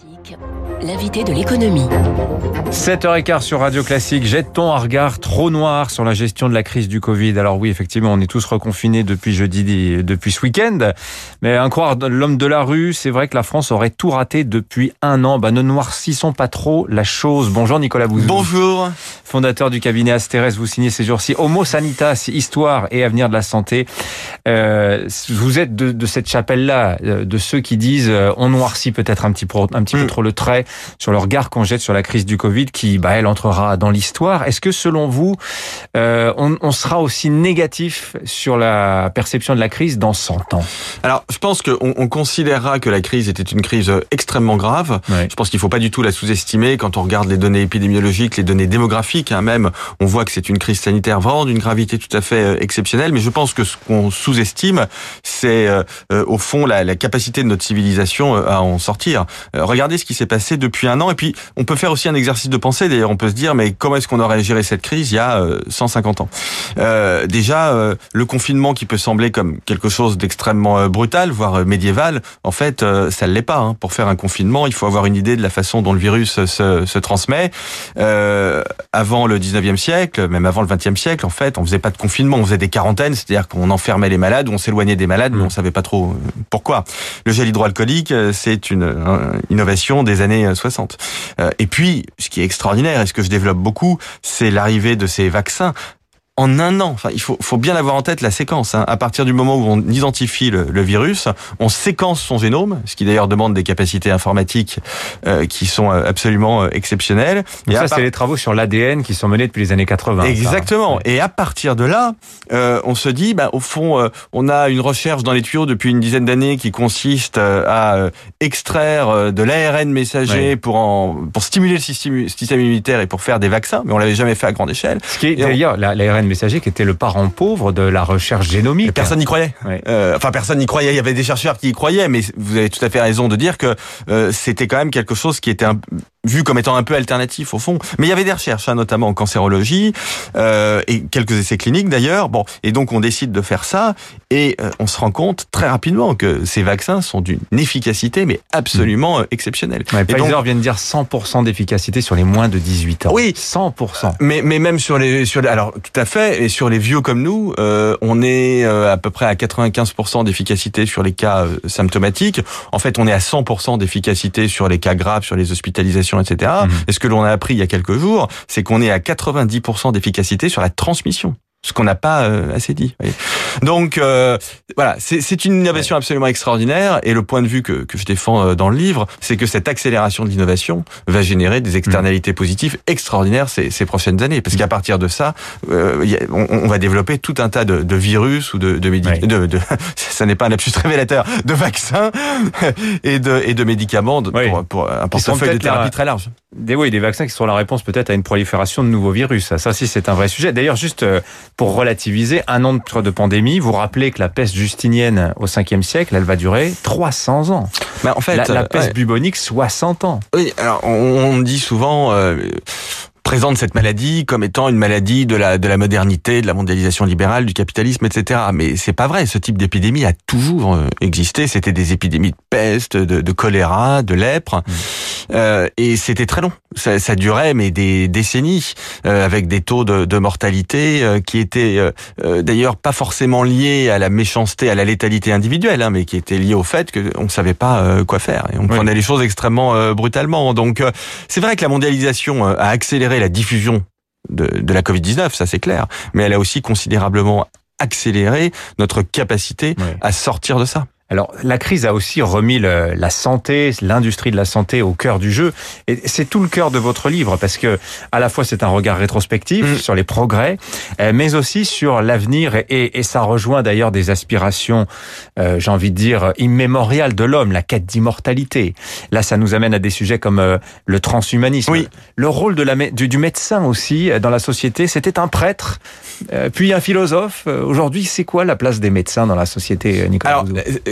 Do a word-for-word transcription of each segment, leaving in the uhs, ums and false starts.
Classique, l'invité de l'économie. sept heures quinze sur Radio Classique. Jette-t-on un regard trop noir sur la gestion de la crise du Covid? Alors oui, effectivement, on est tous reconfinés depuis jeudi, depuis ce week-end. Mais à croire l'homme de la rue, c'est vrai que la France aurait tout raté depuis un an. Bah, ne noircissons pas trop la chose. Bonjour Nicolas Bouzou. Bonjour. Fondateur du cabinet Asterès, vous signez ces jours-ci Homo Sanitas, Histoire et Avenir de la Santé. Euh, vous êtes de, de cette chapelle-là, de ceux qui disent euh, on noircit peut-être un petit, peu, un petit mmh. peu trop le trait sur le regard qu'on jette sur la crise du Covid qui, bah, elle entrera dans l'histoire. Est-ce que selon vous, euh, on, on sera aussi négatif sur la perception de la crise dans cent ans? Alors, je pense qu'on on considérera que la crise était une crise extrêmement grave. Ouais. Je pense qu'il ne faut pas du tout la sous-estimer. Quand on regarde les données épidémiologiques, les données démographiques, hein, même, on voit que c'est une crise sanitaire vraiment d'une gravité tout à fait exceptionnelle. Mais je pense que ce qu'on sous-estime, c'est euh, au fond la, la capacité de notre civilisation à en sortir. Euh, regardez ce qui s'est passé depuis un an. Et puis, on peut faire aussi un exercice de pensée. D'ailleurs, on peut se dire, mais comment est-ce qu'on aurait géré cette crise il y a euh, cent cinquante ans? euh, Déjà, euh, le confinement qui peut sembler comme quelque chose d'extrêmement euh, brutal, voire euh, médiéval, en fait, euh, ça ne l'est pas. Hein. Pour faire un confinement, il faut avoir une idée de la façon dont le virus se, se transmet. Euh, avant le dix-neuvième siècle, même avant le vingtième siècle, en fait, on faisait pas de confinement, on faisait des quarantaines, c'est-à-dire qu'on enfermait les malades, ou on s'éloignait des malades, mais on savait pas trop pourquoi. Le gel hydroalcoolique, c'est une, une innovation des années soixante. Et puis, ce qui est extraordinaire, et ce que je développe beaucoup, c'est l'arrivée de ces vaccins. En un an, enfin, il faut, faut bien avoir en tête la séquence. Hein. À partir du moment où on identifie le, le virus, on séquence son génome, ce qui d'ailleurs demande des capacités informatiques euh, qui sont absolument euh, exceptionnelles. Et ça, part... c'est les travaux sur l'A D N qui sont menés depuis les années quatre-vingts. Exactement. Ça. Et à partir de là, euh, on se dit, bah, au fond, euh, on a une recherche dans les tuyaux depuis une dizaine d'années qui consiste euh, à euh, extraire euh, de l'A R N messager ouais. pour en, pour stimuler le système, système immunitaire et pour faire des vaccins, mais on l'avait jamais fait à grande échelle. Ce qui est d'ailleurs on... l'A R N messager qui était le parent pauvre de la recherche génomique. Et personne n'y croyait. Ouais. Euh, enfin, personne n'y croyait. Il y avait des chercheurs qui y croyaient, mais vous avez tout à fait raison de dire que euh, c'était quand même quelque chose qui était un, vu comme étant un peu alternatif au fond. Mais il y avait des recherches, hein, notamment en cancérologie euh, et quelques essais cliniques d'ailleurs. Bon, et donc on décide de faire ça et euh, on se rend compte très rapidement que ces vaccins sont d'une efficacité mais absolument mmh. exceptionnelle. Ouais, et Pfizer donc, vient de dire cent pour cent d'efficacité sur les moins de dix-huit ans. Oui, cent pour cent. Mais mais même sur les sur les, alors tout à fait. Et sur les vieux comme nous, euh, on est euh, à peu près à quatre-vingt-quinze pour cent d'efficacité sur les cas euh, symptomatiques. En fait, on est à cent pour cent d'efficacité sur les cas graves, sur les hospitalisations, et cetera. Mmh. Et ce que l'on a appris il y a quelques jours, c'est qu'on est à quatre-vingt-dix pour cent d'efficacité sur la transmission. Ce qu'on n'a pas euh, assez dit. Oui. Donc euh, voilà, c'est, c'est une innovation absolument extraordinaire. Et le point de vue que, que je défends euh, dans le livre, c'est que cette accélération de l'innovation va générer des externalités mmh. positives extraordinaires ces, ces prochaines années. Parce qu'à partir de ça, euh, y a, on, on va développer tout un tas de, de virus ou de, de médicaments. Oui. De, de, ça n'est pas un lapsus révélateur, de vaccins et de, et de médicaments de, oui. pour, pour un portefeuille de thérapie la... très large. Des, oui, des vaccins qui sont la réponse peut-être à une prolifération de nouveaux virus. Ça, ça si, c'est un vrai sujet. D'ailleurs, juste euh, pour relativiser, un an de pandémie, vous rappelez que la peste justinienne au cinquième siècle, elle va durer trois cents ans. Bah, en fait, la, la peste ouais. bubonique, soixante ans. Oui, alors on, on dit souvent... Euh, présente cette maladie comme étant une maladie de la de la modernité, de la mondialisation libérale, du capitalisme, et cetera. Mais c'est pas vrai. Ce type d'épidémie a toujours existé. C'était des épidémies de peste, de, de choléra, de lèpre, mmh. euh, et c'était très long. Ça, ça durait mais des décennies, euh, avec des taux de, de mortalité euh, qui étaient euh, d'ailleurs pas forcément liés à la méchanceté, à la létalité individuelle, hein, mais qui étaient liés au fait qu'on ne savait pas euh, quoi faire et on oui. prenait les choses extrêmement euh, brutalement. Donc euh, c'est vrai que la mondialisation euh, a accéléré la diffusion de, de la covid dix-neuf, ça c'est clair, mais elle a aussi considérablement accéléré notre capacité oui. à sortir de ça. Alors, la crise a aussi remis le, la santé, l'industrie de la santé au cœur du jeu. Et c'est tout le cœur de votre livre, parce que à la fois c'est un regard rétrospectif mmh. sur les progrès, mais aussi sur l'avenir. Et, et, et ça rejoint d'ailleurs des aspirations, euh, j'ai envie de dire, immémoriales de l'homme, la quête d'immortalité. Là, ça nous amène à des sujets comme euh, le transhumanisme. Oui. Le rôle de la, du, du médecin aussi dans la société, c'était un prêtre, euh, puis un philosophe. Aujourd'hui, c'est quoi la place des médecins dans la société, Nicolas? Alors, Bouzou ?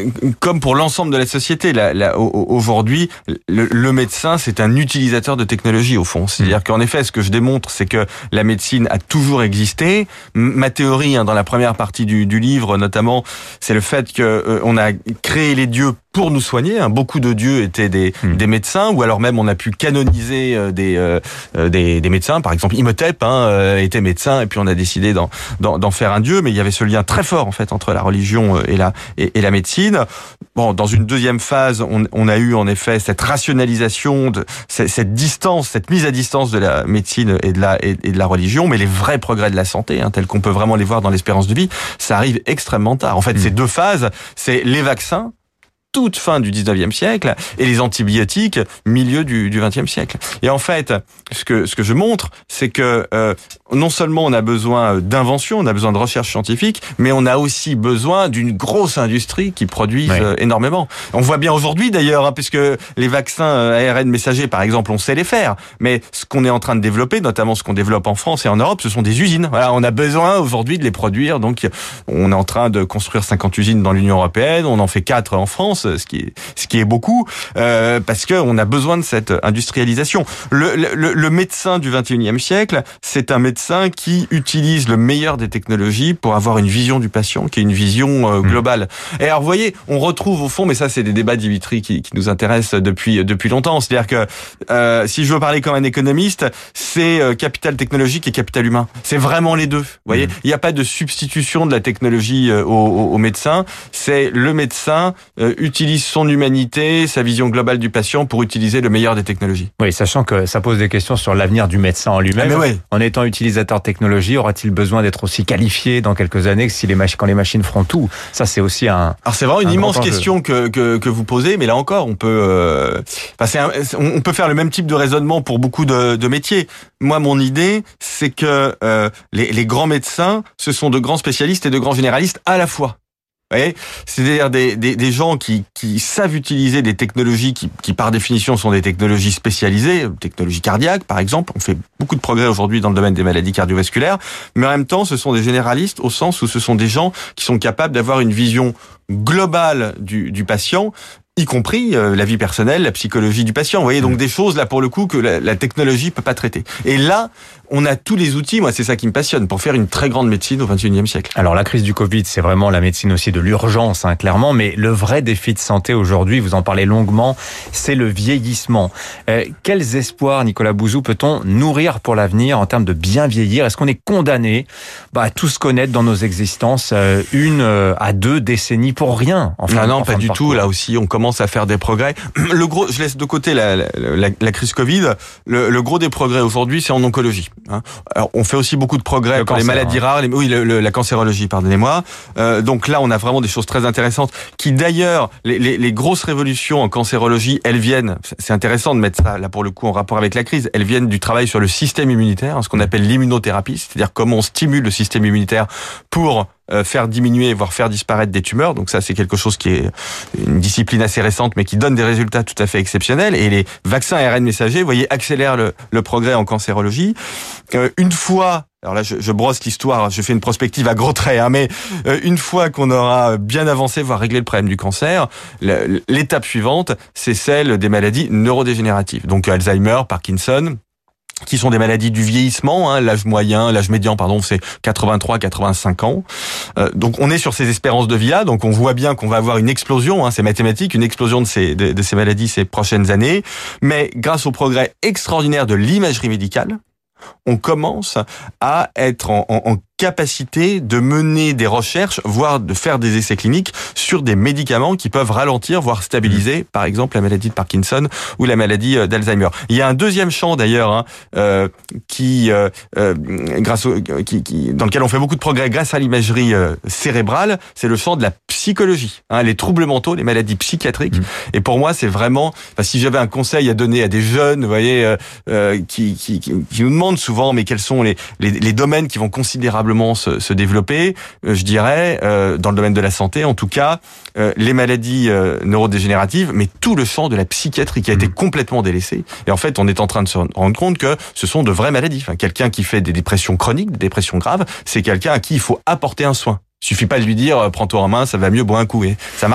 comme pour l'ensemble de la société, la, la, aujourd'hui, le, le médecin, c'est un utilisateur de technologie au fond. C'est-à-dire qu'en effet, ce que je démontre, c'est que la médecine a toujours existé. Ma théorie, hein, dans la première partie du, du livre, notamment, c'est le fait que euh, on a créé les dieux pour nous soigner. Hein. Beaucoup de dieux étaient des, mmh. des médecins, ou alors même on a pu canoniser euh, des, euh, des, des médecins. Par exemple, Imhotep hein, euh, était médecin, et puis on a décidé d'en, d'en, d'en faire un dieu. Mais il y avait ce lien très fort en fait entre la religion et la et, et la médecine. Bon, dans une deuxième phase, on, on a eu en effet cette rationalisation, de cette, cette distance, cette mise à distance de la médecine et de la et, et de la religion. Mais les vrais progrès de la santé, hein, tels qu'on peut vraiment les voir dans l'espérance de vie, ça arrive extrêmement tard. En fait, mmh. ces deux phases, c'est les vaccins, toute fin du dix-neuvième siècle, et les antibiotiques, milieu du, du vingtième siècle. Et en fait, ce que ce que je montre, c'est que euh, non seulement on a besoin d'invention, on a besoin de recherche scientifique, mais on a aussi besoin d'une grosse industrie qui produise ouais. euh, énormément. On voit bien aujourd'hui d'ailleurs, hein, puisque les vaccins A R N messagers, par exemple, on sait les faire, mais ce qu'on est en train de développer, notamment ce qu'on développe en France et en Europe, ce sont des usines. Voilà, on a besoin aujourd'hui de les produire, donc on est en train de construire cinquante usines dans l'Union européenne, on en fait quatre en France, ce qui est ce qui est beaucoup, euh, parce que on a besoin de cette industrialisation. Le, le, le médecin du vingt et unième siècle, c'est un médecin qui utilise le meilleur des technologies pour avoir une vision du patient, qui est une vision euh, globale. Mmh. Et alors, vous voyez, on retrouve au fond, mais ça, c'est des débats Dimitri qui, qui nous intéressent depuis depuis longtemps. C'est-à-dire que euh, si je veux parler comme un économiste, c'est euh, capital technologique et capital humain. C'est vraiment les deux. Vous voyez, mmh. il n'y a pas de substitution de la technologie euh, au, au, au médecin. C'est le médecin euh, utilise son humanité, sa vision globale du patient pour utiliser le meilleur des technologies. Oui, sachant que ça pose des questions sur l'avenir du médecin en lui-même. Ah ouais. En étant utilisateur de technologie, aura-t-il besoin d'être aussi qualifié dans quelques années que si les mach- quand les machines feront tout? Ça, c'est aussi un. Alors c'est vraiment une immense question que, que que vous posez, mais là encore, on peut, euh, enfin, c'est un, on peut faire le même type de raisonnement pour beaucoup de, de métiers. Moi, mon idée, c'est que euh, les, les grands médecins, ce sont de grands spécialistes et de grands généralistes à la fois. C'est-à-dire des, des, des gens qui, qui savent utiliser des technologies qui, qui, par définition, sont des technologies spécialisées, technologies cardiaques, par exemple. On fait beaucoup de progrès aujourd'hui dans le domaine des maladies cardiovasculaires, mais en même temps, ce sont des généralistes au sens où ce sont des gens qui sont capables d'avoir une vision globale du, du patient, y compris euh, la vie personnelle, la psychologie du patient. Vous voyez, donc des choses, là, pour le coup, que la, la technologie peut pas traiter. Et là, on a tous les outils, moi, c'est ça qui me passionne, pour faire une très grande médecine au vingt et unième siècle. Alors, la crise du Covid, c'est vraiment la médecine aussi de l'urgence, hein, clairement, mais le vrai défi de santé aujourd'hui, vous en parlez longuement, c'est le vieillissement. Euh, quels espoirs, Nicolas Bouzou, peut-on nourrir pour l'avenir en termes de bien vieillir? Est-ce qu'on est condamné bah, à tous connaître dans nos existences euh, une euh, à deux décennies pour rien? Enfin, non, non, pas du tout. Là aussi, on commence à faire des progrès. Le gros, je laisse de côté la, la, la, la crise Covid. Le, le gros des progrès aujourd'hui, c'est en oncologie. Hein. Alors, on fait aussi beaucoup de progrès le pour cancer, les maladies hein. rares. Les, oui, le, le, la cancérologie, pardonnez-moi. Euh, donc là, on a vraiment des choses très intéressantes. Qui d'ailleurs, les, les, les grosses révolutions en cancérologie, elles viennent. C'est intéressant de mettre ça là pour le coup en rapport avec la crise. Elles viennent du travail sur le système immunitaire, hein, ce qu'on appelle l'immunothérapie, c'est-à-dire comment on stimule le système immunitaire pour faire diminuer, voire faire disparaître des tumeurs. Donc ça, c'est quelque chose qui est une discipline assez récente, mais qui donne des résultats tout à fait exceptionnels. Et les vaccins A R N messagers, vous voyez, accélèrent le, le progrès en cancérologie. Euh, une fois... Alors là, je, je brosse l'histoire, je fais une prospective à gros traits, hein, mais euh, une fois qu'on aura bien avancé, voire réglé le problème du cancer, l'étape suivante, c'est celle des maladies neurodégénératives. Donc Alzheimer, Parkinson, qui sont des maladies du vieillissement, hein, l'âge moyen, l'âge médian, pardon, c'est quatre-vingt-trois à quatre-vingt-cinq ans. Euh, donc on est sur ces espérances de vie-là, donc on voit bien qu'on va avoir une explosion, hein, c'est mathématique, une explosion de ces, de, de ces maladies ces prochaines années. Mais grâce au progrès extraordinaire de l'imagerie médicale, on commence à être en, en, en capacité de mener des recherches, voire de faire des essais cliniques sur des médicaments qui peuvent ralentir, voire stabiliser, mmh. par exemple, la maladie de Parkinson ou la maladie d'Alzheimer. Il y a un deuxième champ, d'ailleurs, hein, euh, qui, euh, euh, grâce au, qui, qui, dans lequel on fait beaucoup de progrès grâce à l'imagerie euh, cérébrale, c'est le champ de la psychologie, hein, les troubles mentaux, les maladies psychiatriques. Mmh. Et pour moi, c'est vraiment, enfin, si j'avais un conseil à donner à des jeunes, vous voyez, euh, euh, qui, qui, qui, qui nous demandent souvent, mais quels sont les, les, les domaines qui vont considérablement Se, se développer, euh, je dirais, euh, dans le domaine de la santé, en tout cas, euh, les maladies euh, neurodégénératives, mais tout le champ de la psychiatrie qui a mmh. été complètement délaissé. Et en fait, on est en train de se rendre compte que ce sont de vraies maladies. Enfin, quelqu'un qui fait des dépressions chroniques, des dépressions graves, c'est quelqu'un à qui il faut apporter un soin. Il suffit pas de lui dire, prends-toi en main, ça va mieux, bois un coup. Et ça marche pas.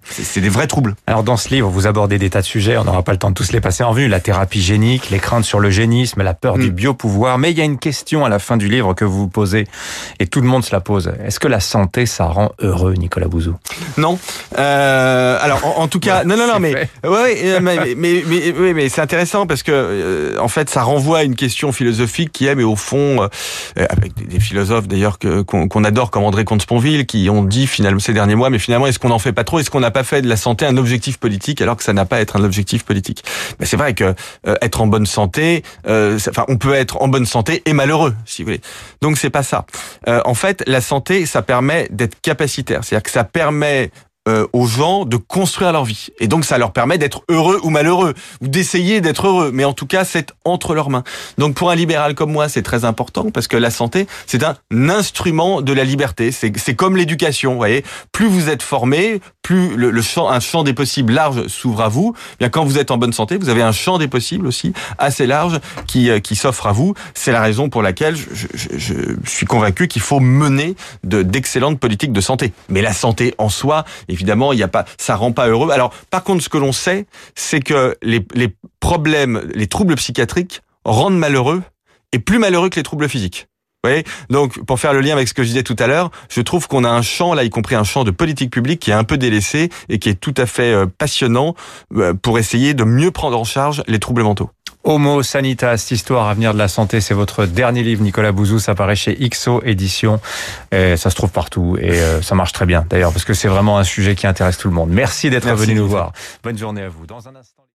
C'est, c'est des vrais troubles. Alors dans ce livre, vous abordez des tas de sujets, on n'aura pas le temps de tous les passer en vue, la thérapie génique, les craintes sur le génisme, la peur mmh. du biopouvoir, mais il y a une question à la fin du livre que vous vous posez, et tout le monde se la pose. Est-ce que la santé, ça rend heureux, Nicolas Bouzou? Non. Euh, alors en, en tout cas, ouais, non, non, non, mais, ouais, ouais, mais, mais, mais, mais, mais, mais c'est intéressant parce que euh, en fait, ça renvoie à une question philosophique qui est, mais au fond, euh, avec des, des philosophes d'ailleurs que, qu'on, qu'on adore comme André Comte-Sponville, qui ont dit finalement ces derniers mois, mais finalement, est-ce qu'on n'en fait pas trop? Est-ce qu'on n'a pas fait de la santé un objectif politique alors que ça n'a pas à être un objectif politique? Ben, c'est vrai que euh, être en bonne santé, euh, ça, enfin, on peut être en bonne santé et malheureux, si vous voulez. Donc c'est pas ça. Euh, en fait, la santé, ça permet d'être capacitaire, c'est-à-dire que ça permet Euh, aux gens de construire leur vie. Et donc, ça leur permet d'être heureux ou malheureux, ou d'essayer d'être heureux. Mais en tout cas, c'est entre leurs mains. Donc, pour un libéral comme moi, c'est très important parce que la santé, c'est un instrument de la liberté. C'est, c'est comme l'éducation, vous voyez. Plus vous êtes formé, plus le, le champ, un champ des possibles large s'ouvre à vous. Bien, quand vous êtes en bonne santé, vous avez un champ des possibles aussi assez large qui, qui s'offre à vous. C'est la raison pour laquelle je, je, je suis convaincu qu'il faut mener de, d'excellentes politiques de santé. Mais la santé en soi, évidemment, il y a pas, ça rend pas heureux. Alors, par contre, ce que l'on sait, c'est que les, les problèmes, les troubles psychiatriques rendent malheureux et plus malheureux que les troubles physiques. Vous voyez ? Donc, pour faire le lien avec ce que je disais tout à l'heure, je trouve qu'on a un champ, là, y compris un champ de politique publique qui est un peu délaissé et qui est tout à fait passionnant pour essayer de mieux prendre en charge les troubles mentaux. Homo Sanitas, histoire à venir de la santé, c'est votre dernier livre, Nicolas Bouzou, ça paraît chez X O Éditions, et ça se trouve partout, et ça marche très bien d'ailleurs, parce que c'est vraiment un sujet qui intéresse tout le monde. Merci d'être Merci, venu nous Lisa. voir. Bonne journée à vous. Dans un instant...